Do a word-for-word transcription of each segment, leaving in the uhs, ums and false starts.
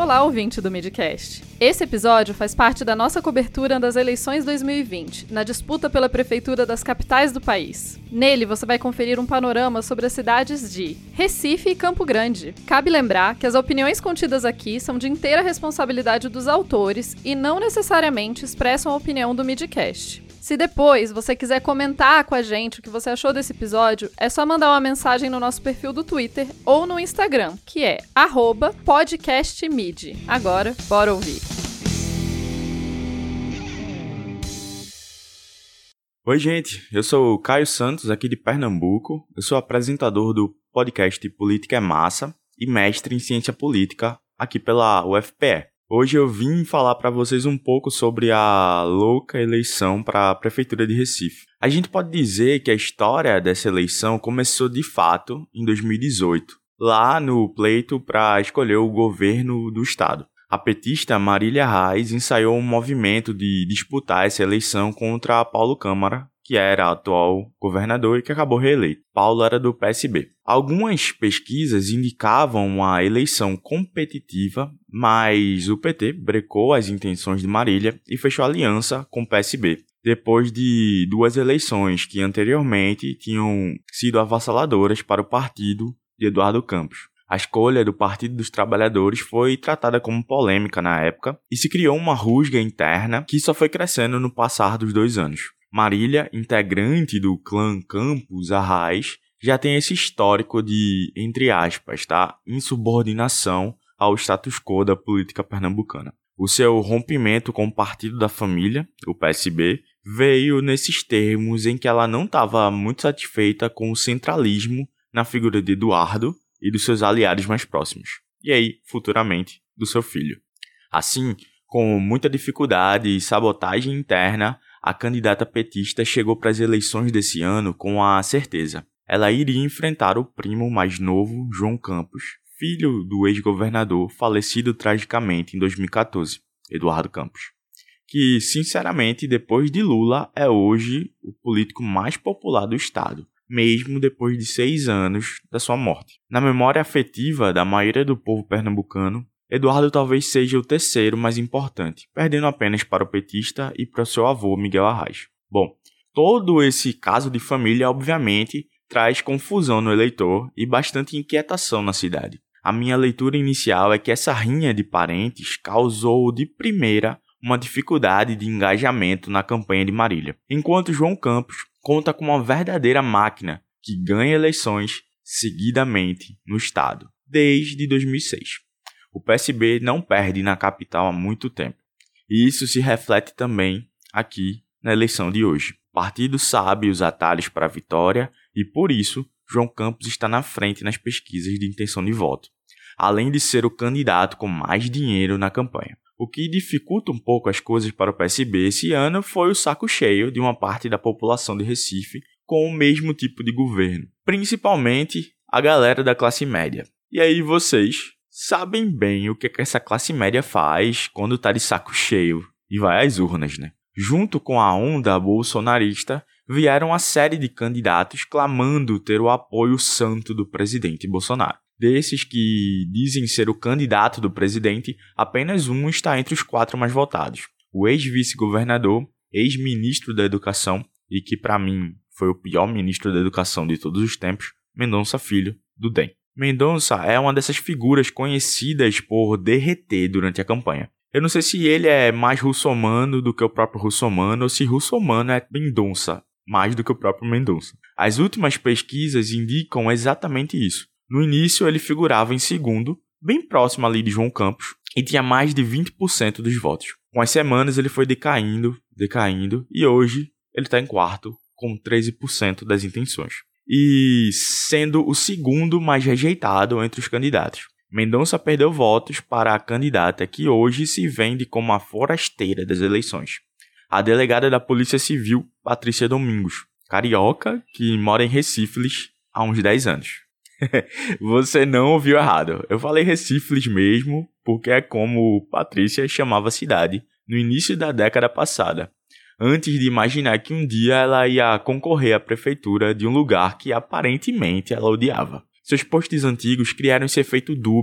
Olá, ouvinte do Midcast. Esse episódio faz parte da nossa cobertura das eleições dois mil e vinte, na disputa pela prefeitura das capitais do país. Nele, você vai conferir um panorama sobre as cidades de Recife e Campo Grande. Cabe lembrar que as opiniões contidas aqui são de inteira responsabilidade dos autores e não necessariamente expressam a opinião do Midcast. Se depois você quiser comentar com a gente o que você achou desse episódio, é só mandar uma mensagem no nosso perfil do Twitter ou no Instagram, que é arroba podcastmid. Agora, bora ouvir. Oi, gente. Eu sou o Caio Santos, aqui de Pernambuco. Eu sou apresentador do podcast Política é Massa e mestre em Ciência Política aqui pela U F P E. Hoje eu vim falar para vocês um pouco sobre a louca eleição para a Prefeitura de Recife. A gente pode dizer que a história dessa eleição começou de fato em dois mil e dezoito, lá no pleito para escolher o governo do estado. A petista Marília Reis ensaiou um movimento de disputar essa eleição contra Paulo Câmara, que era atual governador e que acabou reeleito. Paulo era do P S B. Algumas pesquisas indicavam uma eleição competitiva, mas o P T brecou as intenções de Marília e fechou aliança com o P S B, depois de duas eleições que anteriormente tinham sido avassaladoras para o partido de Eduardo Campos. A escolha do Partido dos Trabalhadores foi tratada como polêmica na época e se criou uma rusga interna que só foi crescendo no passar dos dois anos. Marília, integrante do clã Campos Arraes, já tem esse histórico de, entre aspas, tá, insubordinação ao status quo da política pernambucana. O seu rompimento com o Partido da Família, o P S B, veio nesses termos em que ela não estava muito satisfeita com o centralismo na figura de Eduardo e dos seus aliados mais próximos, e aí, futuramente, do seu filho. Assim, com muita dificuldade e sabotagem interna, a candidata petista chegou para as eleições desse ano com a certeza. Ela iria enfrentar o primo mais novo, João Campos, filho do ex-governador falecido tragicamente em dois mil e catorze, Eduardo Campos, que, sinceramente, depois de Lula, é hoje o político mais popular do estado, mesmo depois de seis anos da sua morte. Na memória afetiva da maioria do povo pernambucano, Eduardo talvez seja o terceiro mais importante, perdendo apenas para o petista e para o seu avô Miguel Arraes. Bom, todo esse caso de família, obviamente, traz confusão no eleitor e bastante inquietação na cidade. A minha leitura inicial é que essa rinha de parentes causou de primeira uma dificuldade de engajamento na campanha de Marília, enquanto João Campos conta com uma verdadeira máquina que ganha eleições seguidamente no estado, desde dois mil e seis. O P S B não perde na capital há muito tempo. E isso se reflete também aqui na eleição de hoje. O partido sabe os atalhos para a vitória e, por isso, João Campos está na frente nas pesquisas de intenção de voto, além de ser o candidato com mais dinheiro na campanha. O que dificulta um pouco as coisas para o P S B esse ano foi o saco cheio de uma parte da população de Recife com o mesmo tipo de governo, principalmente a galera da classe média. E aí vocês sabem bem o que, que essa classe média faz quando tá de saco cheio e vai às urnas, né? Junto com a onda bolsonarista, vieram uma série de candidatos clamando ter o apoio santo do presidente Bolsonaro. Desses que dizem ser o candidato do presidente, apenas um está entre os quatro mais votados. O ex-vice-governador, ex-ministro da Educação, e que para mim foi o pior ministro da Educação de todos os tempos, Mendonça Filho, do D E M. Mendonça é uma dessas figuras conhecidas por derreter durante a campanha. Eu não sei se ele é mais russomano do que o próprio russomano ou se russomano é Mendonça mais do que o próprio Mendonça. As últimas pesquisas indicam exatamente isso. No início ele figurava em segundo, bem próximo ali de João Campos, e tinha mais de vinte por cento dos votos. Com as semanas ele foi decaindo, decaindo, e hoje ele está em quarto, com treze por cento das intenções. E sendo o segundo mais rejeitado entre os candidatos. Mendonça perdeu votos para a candidata que hoje se vende como a forasteira das eleições, a delegada da Polícia Civil, Patrícia Domingos, carioca que mora em Recifes há uns dez anos. Você não ouviu errado, eu falei Recifes mesmo, porque é como Patrícia chamava a cidade no início da década passada, antes de imaginar que um dia ela ia concorrer à prefeitura de um lugar que aparentemente ela odiava. Seus posts antigos criaram esse efeito dúbio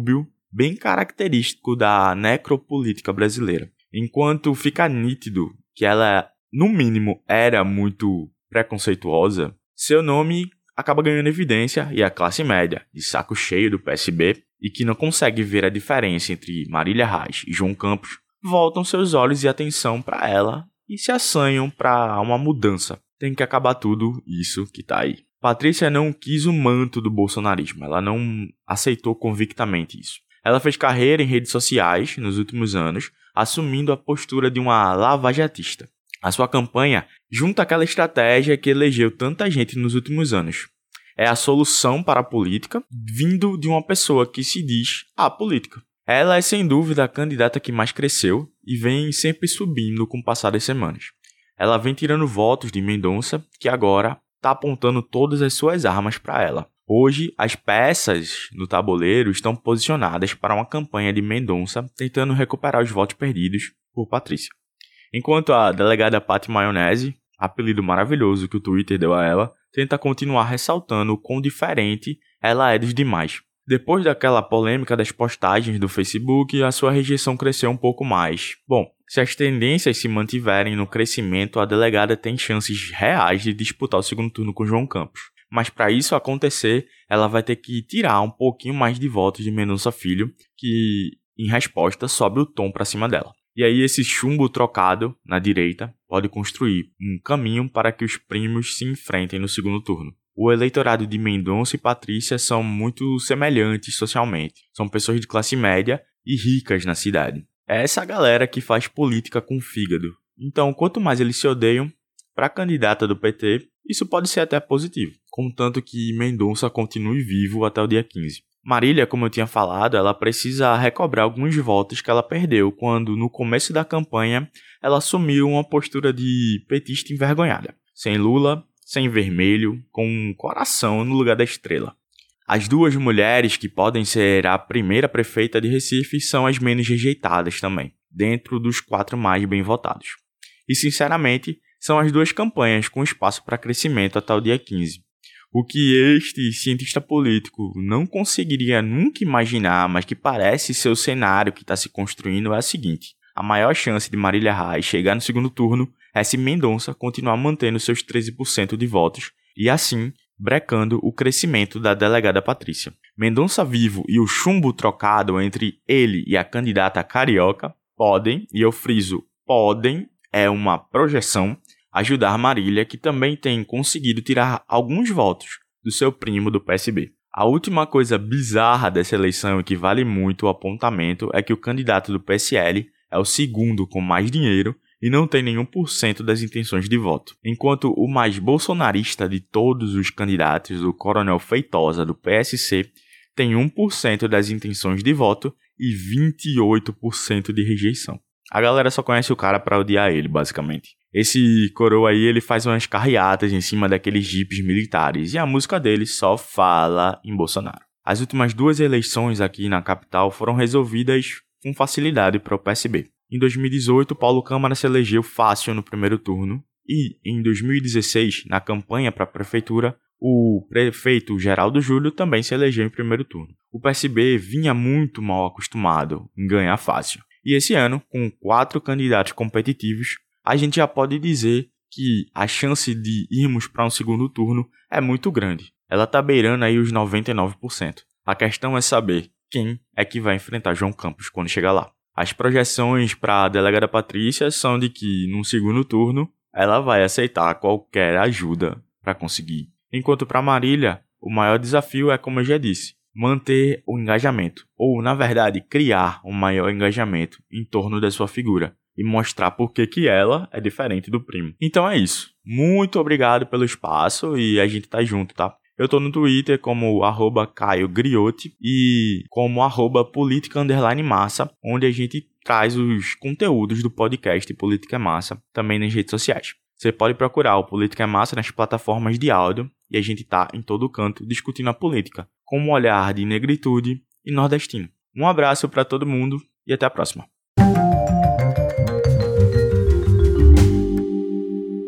bem característico da necropolítica brasileira. Enquanto fica nítido que ela, no mínimo, era muito preconceituosa, seu nome acaba ganhando evidência e a classe média, de saco cheio do P S B, e que não consegue ver a diferença entre Marília Reis e João Campos, voltam seus olhos e atenção para ela e se assanham para uma mudança. Tem que acabar tudo isso que tá aí. Patrícia não quis o manto do bolsonarismo, ela não aceitou convictamente isso. Ela fez carreira em redes sociais nos últimos anos, assumindo a postura de uma lavajatista. A sua campanha junta aquela estratégia que elegeu tanta gente nos últimos anos. É a solução para a política, vindo de uma pessoa que se diz apolítica. Ela é sem dúvida a candidata que mais cresceu e vem sempre subindo com o passar das semanas. Ela vem tirando votos de Mendonça, que agora está apontando todas as suas armas para ela. Hoje, as peças no tabuleiro estão posicionadas para uma campanha de Mendonça tentando recuperar os votos perdidos por Patrícia. Enquanto a delegada Patti Maionese, apelido maravilhoso que o Twitter deu a ela, tenta continuar ressaltando o quão diferente ela é dos demais. Depois daquela polêmica das postagens do Facebook, a sua rejeição cresceu um pouco mais. Bom, se as tendências se mantiverem no crescimento, a delegada tem chances reais de disputar o segundo turno com João Campos. Mas para isso acontecer, ela vai ter que tirar um pouquinho mais de votos de Mendonça Filho, que, em resposta, sobe o tom para cima dela. E aí esse chumbo trocado na direita pode construir um caminho para que os primos se enfrentem no segundo turno. O eleitorado de Mendonça e Patrícia são muito semelhantes socialmente. São pessoas de classe média e ricas na cidade. É essa galera que faz política com fígado. Então, quanto mais eles se odeiam, para a candidata do P T, isso pode ser até positivo, contanto que Mendonça continue vivo até o dia quinze. Marília, como eu tinha falado, ela precisa recobrar alguns votos que ela perdeu quando, no começo da campanha, ela assumiu uma postura de petista envergonhada. Sem Lula, sem vermelho, com um coração no lugar da estrela. As duas mulheres que podem ser a primeira prefeita de Recife são as menos rejeitadas também, dentro dos quatro mais bem votados. E, sinceramente, são as duas campanhas com espaço para crescimento até o dia quinze. O que este cientista político não conseguiria nunca imaginar, mas que parece ser o cenário que está se construindo, é o seguinte. A maior chance de Marília Reis chegar no segundo turno é se Mendonça continuar mantendo seus treze por cento de votos e, assim, brecando o crescimento da delegada Patrícia. Mendonça vivo e o chumbo trocado entre ele e a candidata carioca podem, e eu friso, podem, é uma projeção, ajudar Marília, que também tem conseguido tirar alguns votos do seu primo do P S B. A última coisa bizarra dessa eleição e que vale muito o apontamento é que o candidato do P S L é o segundo com mais dinheiro e não tem nenhum por cento das intenções de voto. Enquanto o mais bolsonarista de todos os candidatos, o Coronel Feitosa do P S C, tem um por cento das intenções de voto e vinte e oito por cento de rejeição. A galera só conhece o cara pra odiar ele, basicamente. Esse coroa aí, ele faz umas carreatas em cima daqueles jipes militares e a música dele só fala em Bolsonaro. As últimas duas eleições aqui na capital foram resolvidas com facilidade para o P S B. Em dois mil e dezoito, Paulo Câmara se elegeu fácil no primeiro turno e, em dois mil e dezesseis, na campanha para a prefeitura, o prefeito Geraldo Júlio também se elegeu em primeiro turno. O P S B vinha muito mal acostumado em ganhar fácil. E esse ano, com quatro candidatos competitivos, a gente já pode dizer que a chance de irmos para um segundo turno é muito grande. Ela está beirando aí os noventa e nove por cento. A questão é saber quem é que vai enfrentar João Campos quando chegar lá. As projeções para a delegada Patrícia são de que, num segundo turno, ela vai aceitar qualquer ajuda para conseguir. Enquanto para Marília, o maior desafio é, como eu já disse, manter o engajamento, ou, na verdade, criar um maior engajamento em torno da sua figura e mostrar por que que ela é diferente do primo. Então é isso. Muito obrigado pelo espaço e a gente tá junto, tá? Eu tô no Twitter como arroba Caio Griotti e como arroba Política Underline Massa, onde a gente traz os conteúdos do podcast Política é Massa também nas redes sociais. Você pode procurar o Política é Massa nas plataformas de áudio e a gente tá em todo canto discutindo a política, com um olhar de negritude e nordestino. Um abraço para todo mundo e até a próxima.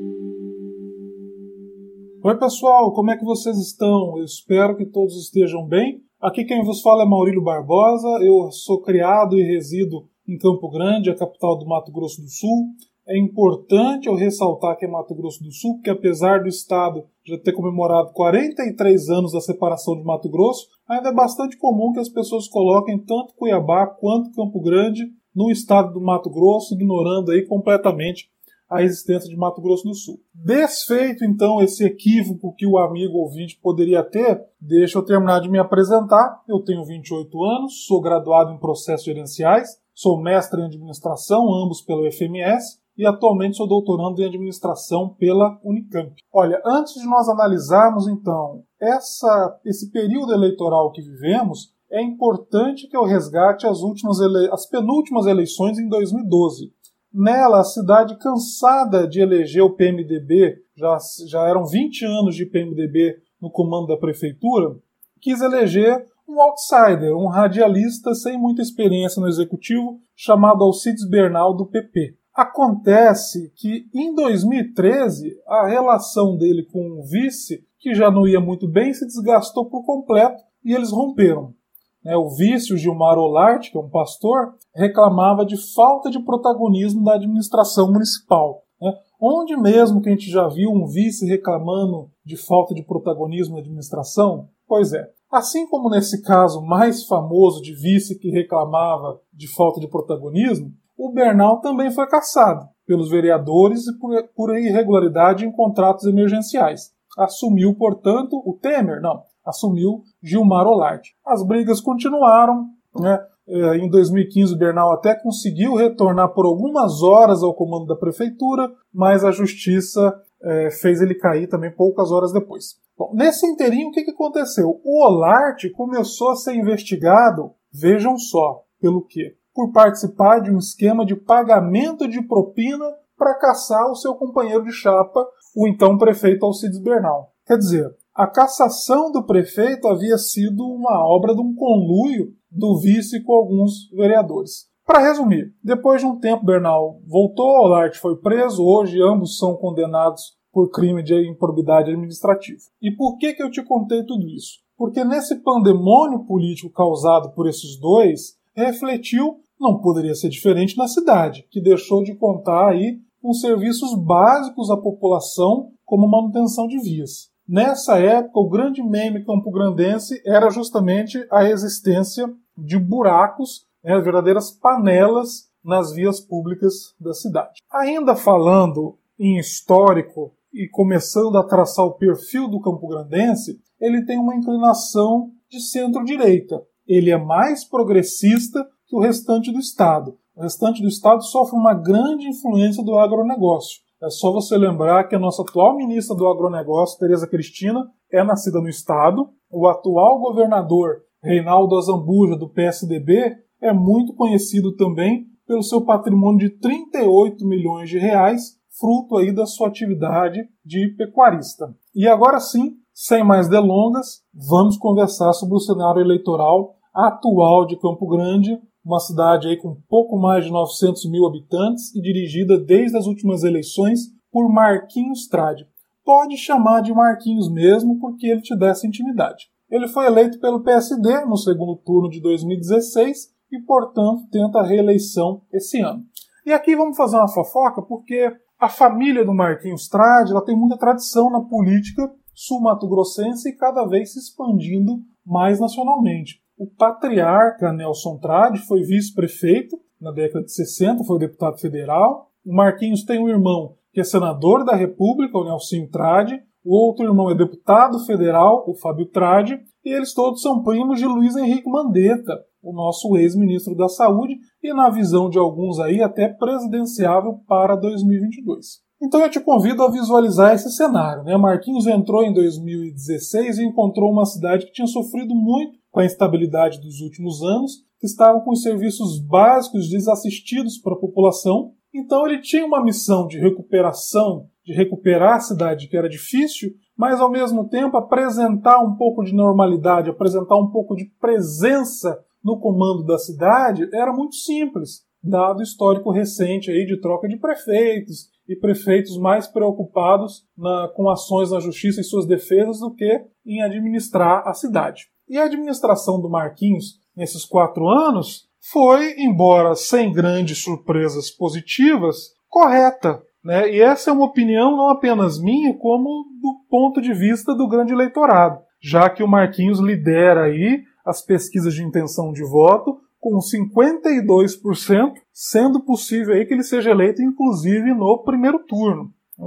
Oi pessoal, como é que vocês estão? Eu espero que todos estejam bem. Aqui quem vos fala é Maurílio Barbosa, eu sou criado e resido em Campo Grande, a capital do Mato Grosso do Sul. É importante eu ressaltar que é Mato Grosso do Sul, porque apesar do estado já ter comemorado quarenta e três anos da separação de Mato Grosso, ainda é bastante comum que as pessoas coloquem tanto Cuiabá quanto Campo Grande no estado do Mato Grosso, ignorando aí completamente a existência de Mato Grosso do Sul. Desfeito, então, esse equívoco que o amigo ouvinte poderia ter, deixa eu terminar de me apresentar. Eu tenho vinte e oito anos, sou graduado em processos gerenciais, sou mestre em administração, ambos pela U F M S, e atualmente sou doutorando em administração pela Unicamp. Olha, antes de nós analisarmos, então, essa, esse período eleitoral que vivemos, é importante que eu resgate as, últimas ele... as penúltimas eleições em dois mil e doze. Nela, a cidade, cansada de eleger o P M D B, já, já eram vinte anos de P M D B no comando da prefeitura, quis eleger um outsider, um radialista sem muita experiência no executivo, chamado Alcides Bernal, do P P. Acontece que, em dois mil e treze, a relação dele com o vice, que já não ia muito bem, se desgastou por completo e eles romperam. O vice, o Gilmar Olarte, que é um pastor, reclamava de falta de protagonismo da administração municipal. Onde mesmo que a gente já viu um vice reclamando de falta de protagonismo na administração? Pois é. Assim como nesse caso mais famoso de vice que reclamava de falta de protagonismo, o Bernal também foi cassado pelos vereadores e por, por irregularidade em contratos emergenciais. Assumiu, portanto, o Temer? Não. Assumiu Gilmar Olarte. As brigas continuaram, né? Em dois mil e quinze o Bernal até conseguiu retornar por algumas horas ao comando da prefeitura, mas a justiça é, fez ele cair também poucas horas depois. Bom, nesse inteirinho, o que, que aconteceu? O Olarte começou a ser investigado, vejam só, pelo quê? Por participar de um esquema de pagamento de propina para caçar o seu companheiro de chapa, o então prefeito Alcides Bernal. Quer dizer, a cassação do prefeito havia sido uma obra de um conluio do vice com alguns vereadores. Para resumir, depois de um tempo Bernal voltou, Olarte foi preso, hoje ambos são condenados por crime de improbidade administrativa. E por que, que eu te contei tudo isso? Porque nesse pandemônio político causado por esses dois, refletiu, não poderia ser diferente na cidade, que deixou de contar aí com serviços básicos à população, como manutenção de vias. Nessa época, o grande meme campograndense era justamente a existência de buracos, né, verdadeiras panelas nas vias públicas da cidade. Ainda falando em histórico e começando a traçar o perfil do campograndense, ele tem uma inclinação de centro-direita. Ele é mais progressista que o restante do estado. O restante do estado sofre uma grande influência do agronegócio. É só você lembrar que a nossa atual ministra do agronegócio, Tereza Cristina, é nascida no estado. O atual governador, Reinaldo Azambuja, do P S D B, é muito conhecido também pelo seu patrimônio de trinta e oito milhões de reais, fruto aí da sua atividade de pecuarista. E agora sim, sem mais delongas, vamos conversar sobre o cenário eleitoral atual de Campo Grande, uma cidade aí com pouco mais de novecentos mil habitantes e dirigida desde as últimas eleições por Marquinhos Trade. Pode chamar de Marquinhos mesmo, porque ele te dá essa intimidade. Ele foi eleito pelo P S D no segundo turno de dois mil e dezesseis e, portanto, tenta a reeleição esse ano. E aqui vamos fazer uma fofoca, porque a família do Marquinhos Trade ela tem muita tradição na política sul-mato-grossense e cada vez se expandindo mais nacionalmente. O patriarca Nelson Trade foi vice-prefeito na década de sessenta, foi deputado federal. O Marquinhos tem um irmão que é senador da República, o Nelsinho Trade. O outro irmão é deputado federal, o Fábio Trade. E eles todos são primos de Luiz Henrique Mandetta, o nosso ex-ministro da Saúde, e na visão de alguns aí até presidenciável para dois mil e vinte e dois. Então eu te convido a visualizar esse cenário, né? Marquinhos entrou em dois mil e dezesseis e encontrou uma cidade que tinha sofrido muito com a instabilidade dos últimos anos, que estava com os serviços básicos desassistidos para a população. Então ele tinha uma missão de recuperação, de recuperar a cidade, que era difícil, mas ao mesmo tempo apresentar um pouco de normalidade, apresentar um pouco de presença no comando da cidade, era muito simples, dado o histórico recente aí de troca de prefeitos e prefeitos mais preocupados na, com ações na justiça e suas defesas do que em administrar a cidade. E a administração do Marquinhos, nesses quatro anos, foi, embora sem grandes surpresas positivas, correta. Né? E essa é uma opinião não apenas minha, como do ponto de vista do grande eleitorado, já que o Marquinhos lidera aí as pesquisas de intenção de voto com cinquenta e dois por cento, sendo possível aí que ele seja eleito, inclusive, no primeiro turno.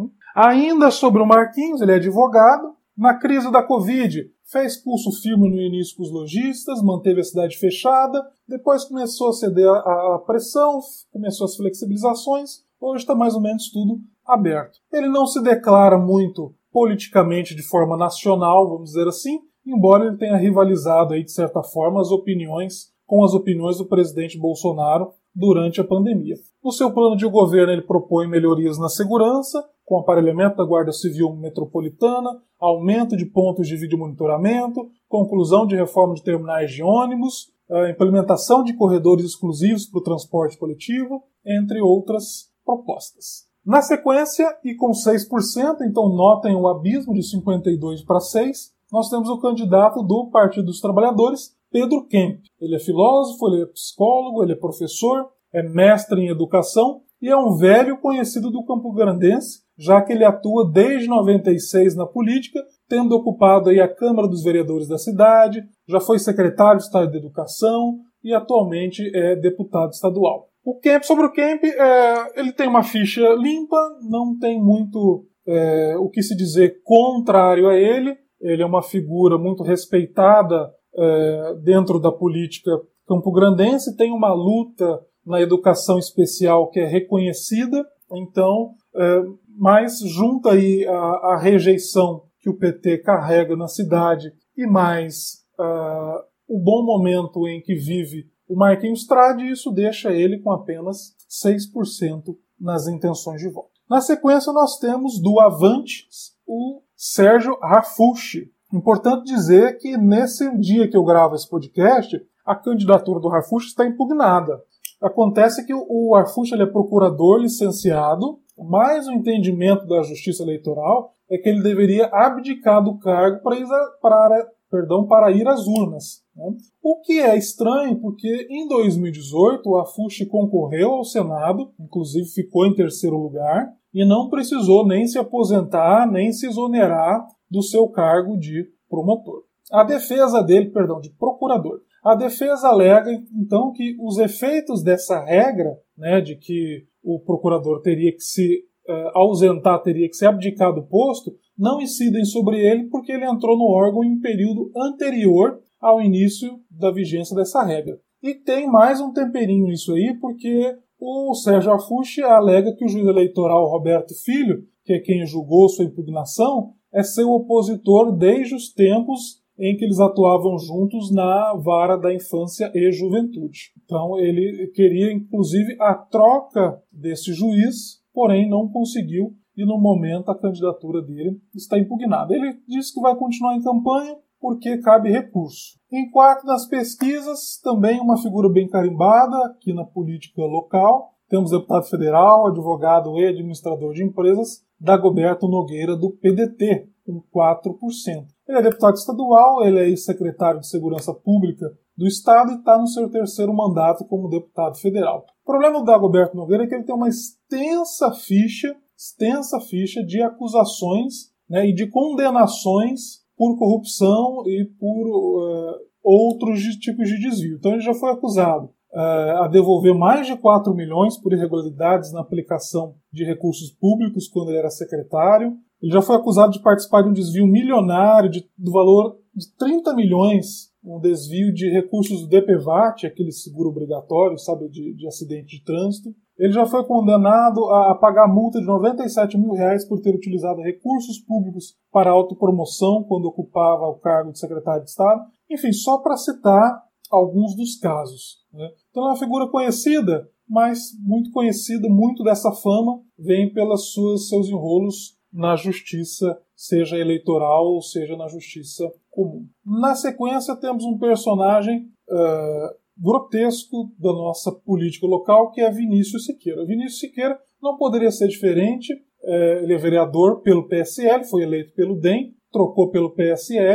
Ainda sobre o Marquinhos, ele é advogado. Na crise da Covid, fez pulso firme no início com os lojistas, manteve a cidade fechada, depois começou a ceder à pressão, começou as flexibilizações, hoje está mais ou menos tudo aberto. Ele não se declara muito politicamente de forma nacional, vamos dizer assim, embora ele tenha rivalizado aí, de certa forma, as opiniões com as opiniões do presidente Bolsonaro durante a pandemia. No seu plano de governo, ele propõe melhorias na segurança, com aparelhamento da Guarda Civil Metropolitana, aumento de pontos de vídeo monitoramento, conclusão de reforma de terminais de ônibus, implementação de corredores exclusivos para o transporte coletivo, entre outras propostas. Na sequência, e com seis por cento, então notem o abismo de cinquenta e dois para seis, nós temos o candidato do Partido dos Trabalhadores, Pedro Kemp. Ele é filósofo, ele é psicólogo, ele é professor, é mestre em educação e é um velho conhecido do campograndense, já que ele atua desde noventa e seis na política, tendo ocupado aí a Câmara dos Vereadores da cidade, já foi secretário de Estado de Educação e atualmente é deputado estadual. O Kemp, sobre o Kemp, é, ele tem uma ficha limpa, não tem muito é, o que se dizer contrário a ele. Ele é uma figura muito respeitada é, dentro da política campograndense, tem uma luta na educação especial que é reconhecida, então, é, mas junta aí a, a rejeição que o P T carrega na cidade e mais uh, o bom momento em que vive o Marquinhos Trade, isso deixa ele com apenas seis por cento nas intenções de voto. Na sequência, nós temos do Avante o Sérgio Harfucci. Importante dizer que nesse dia que eu gravo esse podcast, a candidatura do Harfucci está impugnada. Acontece que o Harfucci ele é procurador licenciado, mas o entendimento da Justiça Eleitoral é que ele deveria abdicar do cargo para ir, para, perdão, para ir às urnas. Né? O que é estranho, porque em dois mil e dezoito o Harfucci concorreu ao Senado, inclusive ficou em terceiro lugar, e não precisou nem se aposentar, nem se exonerar do seu cargo de promotor. A defesa dele, perdão, de procurador. A defesa alega, então, que os efeitos dessa regra, né, de que o procurador teria que se uh, ausentar, teria que se abdicar do posto, não incidem sobre ele porque ele entrou no órgão em um período anterior ao início da vigência dessa regra. E tem mais um temperinho nisso aí, porque o Sérgio Harfucci alega que o juiz eleitoral Roberto Filho, que é quem julgou sua impugnação, é seu opositor desde os tempos em que eles atuavam juntos na vara da infância e juventude. Então ele queria, inclusive, a troca desse juiz, porém não conseguiu, e no momento a candidatura dele está impugnada. Ele disse que vai continuar em campanha porque cabe recurso. Em quarto, nas pesquisas, também uma figura bem carimbada aqui na política local. Temos deputado federal, advogado e administrador de empresas, Dagoberto Nogueira, do P D T, com quatro por cento. Ele é deputado estadual, ele é ex-secretário de Segurança Pública do Estado e está no seu terceiro mandato como deputado federal. O problema do Dagoberto Nogueira é que ele tem uma extensa ficha, extensa ficha de acusações, né, e de condenações por corrupção e por uh, outros tipos de desvio. Então ele já foi acusado uh, a devolver mais de quatro milhões por irregularidades na aplicação de recursos públicos quando ele era secretário. Ele já foi acusado de participar de um desvio milionário de, do valor de trinta milhões, um desvio de recursos do D P V A T, aquele seguro obrigatório, sabe, de, de acidente de trânsito. Ele já foi condenado a, a pagar multa de noventa e sete mil reais por ter utilizado recursos públicos para autopromoção quando ocupava o cargo de secretário de Estado. Enfim, só para citar alguns dos casos. Né? Então é uma figura conhecida, mas muito conhecida, muito dessa fama vem pelos seus enrolos na justiça, seja eleitoral ou seja na justiça comum. Na sequência temos um personagem uh, grotesco da nossa política local, que é Vinícius Siqueira. Vinícius Siqueira não poderia ser diferente, uh, ele é vereador pelo P S L, foi eleito pelo D E M, trocou pelo P S L,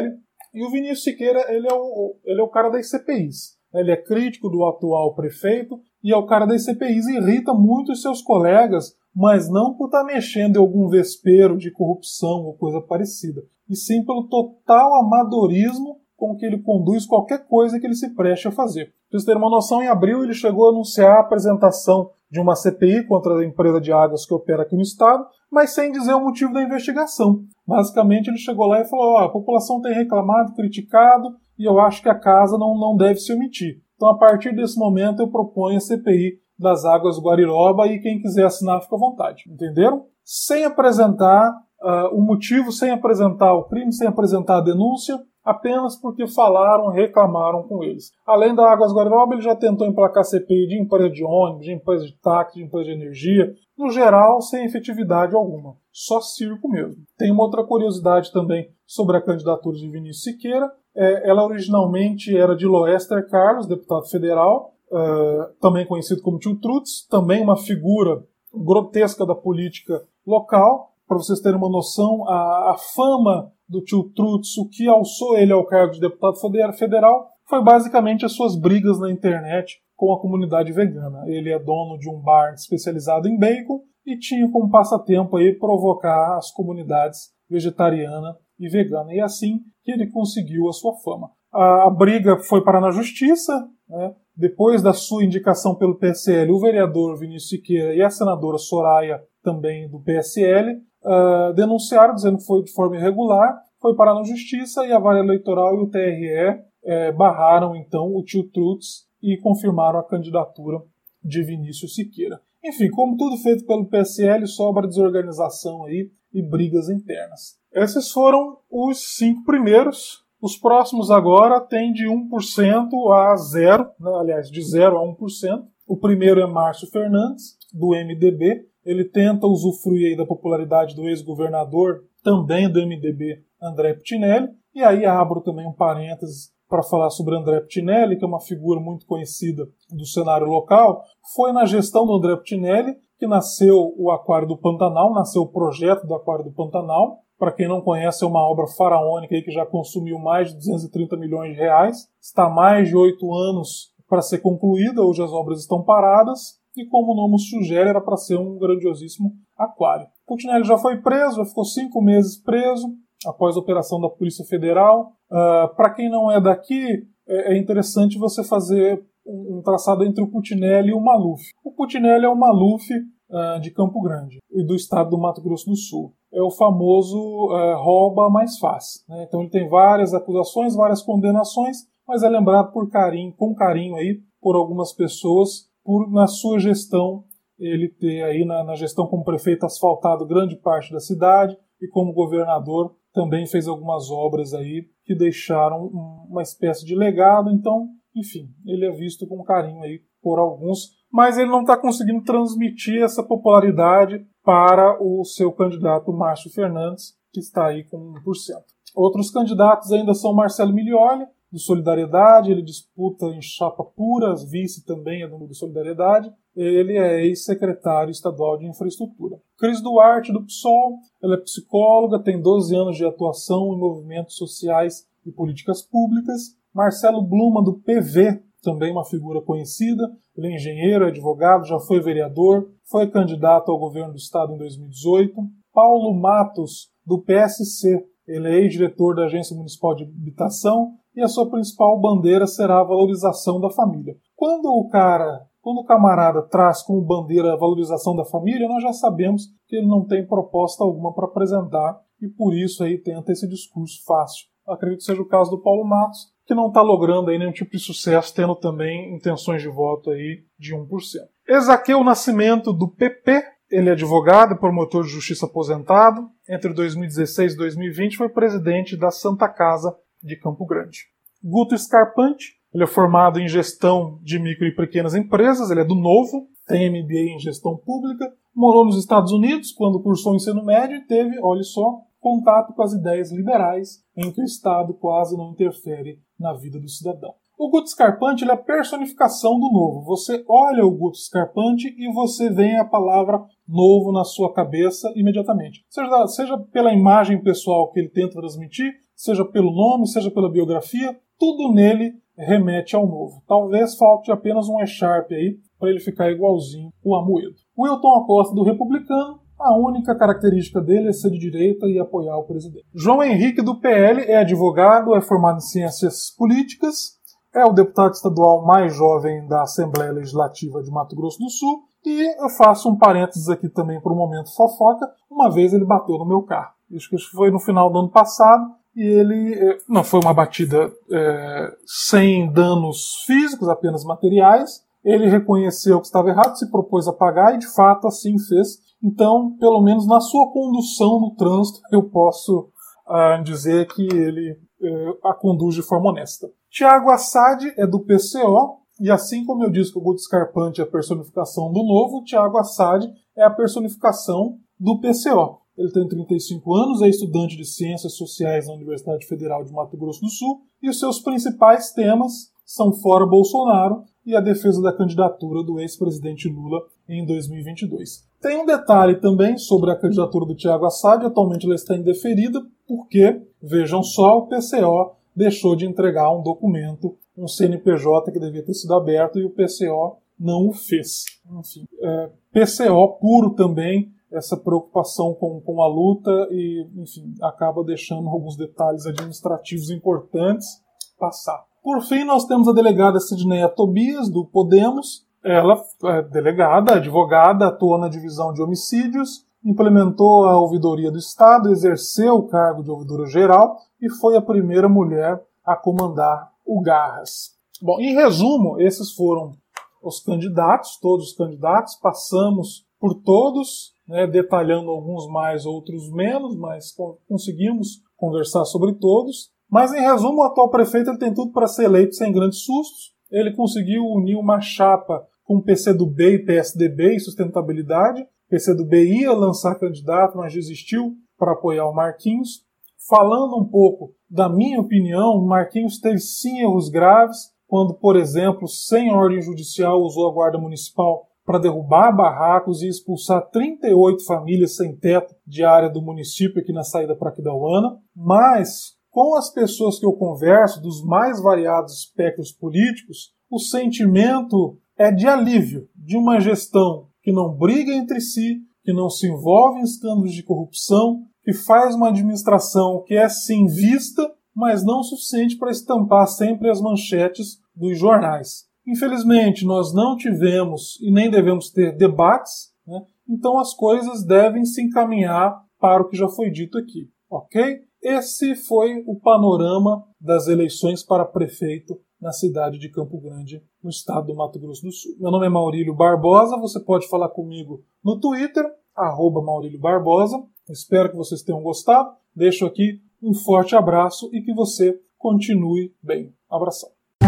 E o Vinícius Siqueira, ele é o, ele é o cara das C P Is. Ele é crítico do atual prefeito e é o cara das C P Is e irrita muito os seus colegas, mas não por estar mexendo em algum vespeiro de corrupção ou coisa parecida, e sim pelo total amadorismo com que ele conduz qualquer coisa que ele se preste a fazer. Para vocês terem uma noção, em abril ele chegou a anunciar a apresentação de uma C P I contra a empresa de águas que opera aqui no estado, mas sem dizer o motivo da investigação. Basicamente ele chegou lá e falou: oh, a população tem reclamado, criticado, e eu acho que a casa não, não deve se omitir. Então a partir desse momento eu proponho a C P I das águas do Guariroba e quem quiser assinar fica à vontade. Entenderam? Sem apresentar uh, o motivo, sem apresentar o crime, sem apresentar a denúncia, apenas porque falaram, reclamaram com eles. Além da Águas Guariroba, ele já tentou emplacar C P I de empresa de ônibus, de empresa de táxi, de empresa de energia, no geral, sem efetividade alguma. Só circo mesmo. Tem uma outra curiosidade também sobre a candidatura de Vinícius Siqueira. É, ela originalmente era de Loester Carlos, deputado federal, uh, também conhecido como Tio Trutz, também uma figura grotesca da política local. Para vocês terem uma noção, a, a fama do Tio Trutz, o que alçou ele ao cargo de deputado federal, foi basicamente as suas brigas na internet com a comunidade vegana. Ele é dono de um bar especializado em bacon e tinha como passatempo aí provocar as comunidades vegetariana e vegana. E assim que ele conseguiu a sua fama. A, a briga foi parar na justiça, né? Depois da sua indicação pelo P S L, o vereador Vinícius Siqueira e a senadora Soraya, também do P S L, Uh, denunciaram, dizendo que foi de forma irregular, foi parar na justiça e a Vara Eleitoral e o T R E eh, barraram então o Tio Trutz e confirmaram a candidatura de Vinícius Siqueira. Enfim, como tudo feito pelo P S L, sobra desorganização aí e brigas internas. Esses foram os cinco primeiros. Os próximos agora têm de um por cento a zero, né? Aliás, de zero a um por cento. O primeiro é Márcio Fernandes, do M D B. Ele tenta usufruir aí da popularidade do ex-governador, também do M D B, André Pitinelli. E aí abro também um parênteses para falar sobre André Pitinelli, que é uma figura muito conhecida do cenário local. Foi na gestão do André Pitinelli que nasceu o Aquário do Pantanal, nasceu o projeto do Aquário do Pantanal. Para quem não conhece, é uma obra faraônica aí que já consumiu mais de duzentos e trinta milhões de reais. Está há mais de oito anos para ser concluída, hoje as obras estão paradas. E como o nome sugere, era para ser um grandiosíssimo aquário. Pitinelli já foi preso, já ficou cinco meses preso, após a operação da Polícia Federal. Uh, para quem não é daqui, é, é interessante você fazer um, um traçado entre o Pitinelli e o Maluf. O Pitinelli é o Maluf uh, de Campo Grande e do estado do Mato Grosso do Sul. É o famoso uh, rouba mais fácil, né? Então ele tem várias acusações, várias condenações, mas é lembrado por carinho, com carinho aí por algumas pessoas, por, na sua gestão, ele ter aí na, na gestão como prefeito asfaltado grande parte da cidade e como governador também fez algumas obras aí que deixaram um, uma espécie de legado. Então, enfim, ele é visto com carinho aí por alguns, mas ele não está conseguindo transmitir essa popularidade para o seu candidato Márcio Fernandes, que está aí com um por cento. Outros candidatos ainda são Marcelo Miglioli, do Solidariedade, ele disputa em chapa pura, vice também é do Solidariedade. Ele é ex-secretário estadual de infraestrutura. Cris Duarte, do PSOL, ela é psicóloga, tem doze anos de atuação em movimentos sociais e políticas públicas. Marcelo Bluma, do P V, também uma figura conhecida, ele é engenheiro, advogado, já foi vereador, foi candidato ao governo do estado em dois mil e dezoito. Paulo Matos, do P S C, ele é ex-diretor da Agência Municipal de Habitação e a sua principal bandeira será a valorização da família. Quando o cara, quando o camarada traz como bandeira a valorização da família, nós já sabemos que ele não tem proposta alguma para apresentar e por isso aí tenta esse discurso fácil. Acredito que seja o caso do Paulo Matos, que não está logrando aí nenhum tipo de sucesso, tendo também intenções de voto aí de um por cento. Ezaquiel Nascimento, do P P, ele é advogado e promotor de justiça aposentado. Entre dois mil e dezesseis e dois mil e vinte foi presidente da Santa Casa de Campo Grande. Guto Scarpante, ele é formado em gestão de micro e pequenas empresas, ele é do Novo, tem M B A em gestão pública, morou nos Estados Unidos quando cursou o ensino médio e teve, olha só, contato com as ideias liberais, em que o Estado quase não interfere na vida do cidadão. O Guto Scarpante ele é a personificação do novo. Você olha o Guto Scarpante e você vê a palavra novo na sua cabeça imediatamente. Seja, seja pela imagem pessoal que ele tenta transmitir, seja pelo nome, seja pela biografia, tudo nele remete ao novo. Talvez falte apenas um E-Sharp aí para ele ficar igualzinho o Amoedo. O Wilton Acosta do Republicano, a única característica dele é ser de direita e apoiar o presidente. João Henrique do P L é advogado, é formado em ciências políticas, é o deputado estadual mais jovem da Assembleia Legislativa de Mato Grosso do Sul e eu faço um parênteses aqui também para o momento fofoca. Uma vez ele bateu no meu carro. Acho que foi no final do ano passado. E ele, não foi uma batida é, sem danos físicos, apenas materiais. Ele reconheceu que estava errado, se propôs a pagar e de fato assim fez. Então, pelo menos na sua condução no trânsito, eu posso uh, dizer que ele uh, a conduz de forma honesta. Tiago Assad é do P C O, e assim como eu disse que o Guto Scarpante é a personificação do novo, o Tiago Assad é a personificação do P C O. Ele tem trinta e cinco anos, é estudante de Ciências Sociais na Universidade Federal de Mato Grosso do Sul e os seus principais temas são fora Bolsonaro e a defesa da candidatura do ex-presidente Lula em dois mil e vinte e dois. Tem um detalhe também sobre a candidatura do Tiago Assad, atualmente ela está indeferida porque, vejam só, o P C O deixou de entregar um documento, um C N P J que devia ter sido aberto e o P C O não o fez. Enfim, é, P C O puro também, essa preocupação com, com a luta e, enfim, acaba deixando alguns detalhes administrativos importantes passar. Por fim, nós temos a delegada Sidneia Tobias, do Podemos. Ela é delegada, advogada, atua na divisão de homicídios, implementou a ouvidoria do Estado, exerceu o cargo de ouvidora geral e foi a primeira mulher a comandar o Garras. Bom, em resumo, esses foram os candidatos, todos os candidatos, passamos por todos, né, detalhando alguns mais, outros menos, mas conseguimos conversar sobre todos. Mas, em resumo, o atual prefeito ele tem tudo para ser eleito sem grandes sustos. Ele conseguiu unir uma chapa com P C do B e P S D B e sustentabilidade. P C do B ia lançar candidato, mas desistiu para apoiar o Marquinhos. Falando um pouco da minha opinião, o Marquinhos teve sim erros graves, quando, por exemplo, sem ordem judicial, usou a Guarda Municipal para derrubar barracos e expulsar trinta e oito famílias sem teto de área do município aqui na saída para Aquidauana. Mas, com as pessoas que eu converso, dos mais variados espectros políticos, o sentimento é de alívio, de uma gestão que não briga entre si, que não se envolve em escândalos de corrupção, que faz uma administração que é sim vista, mas não o suficiente para estampar sempre as manchetes dos jornais. Infelizmente, nós não tivemos e nem devemos ter debates, né? Então as coisas devem se encaminhar para o que já foi dito aqui, ok? Esse foi o panorama das eleições para prefeito na cidade de Campo Grande, no estado do Mato Grosso do Sul. Meu nome é Maurílio Barbosa, você pode falar comigo no Twitter, arroba Maurílio Barbosa. Espero que vocês tenham gostado. Deixo aqui um forte abraço e que você continue bem. Abração.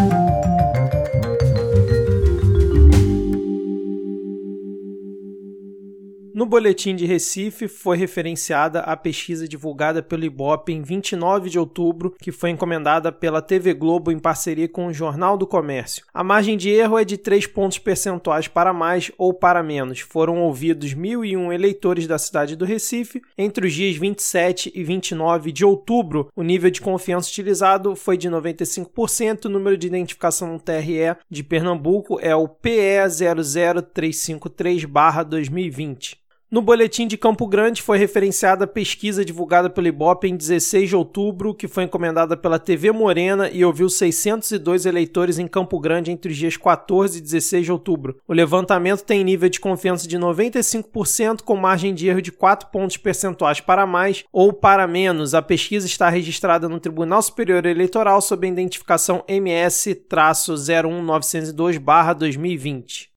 No Boletim de Recife foi referenciada a pesquisa divulgada pelo Ibope em vinte e nove de outubro, que foi encomendada pela T V Globo em parceria com o Jornal do Comércio. A margem de erro é de três pontos percentuais para mais ou para menos. Foram ouvidos mil e um eleitores da cidade do Recife entre os dias vinte e sete e vinte e nove de outubro. O nível de confiança utilizado foi de noventa e cinco por cento. O número de identificação no T R E de Pernambuco é o P E zero zero três cinco três barra dois mil e vinte. No Boletim de Campo Grande foi referenciada a pesquisa divulgada pelo Ibope em dezesseis de outubro, que foi encomendada pela T V Morena e ouviu seiscentos e dois eleitores em Campo Grande entre os dias quatorze e dezesseis de outubro. O levantamento tem nível de confiança de noventa e cinco por cento com margem de erro de quatro pontos percentuais para mais ou para menos. A pesquisa está registrada no Tribunal Superior Eleitoral sob a identificação M S zero um nove zero dois barra dois mil e vinte.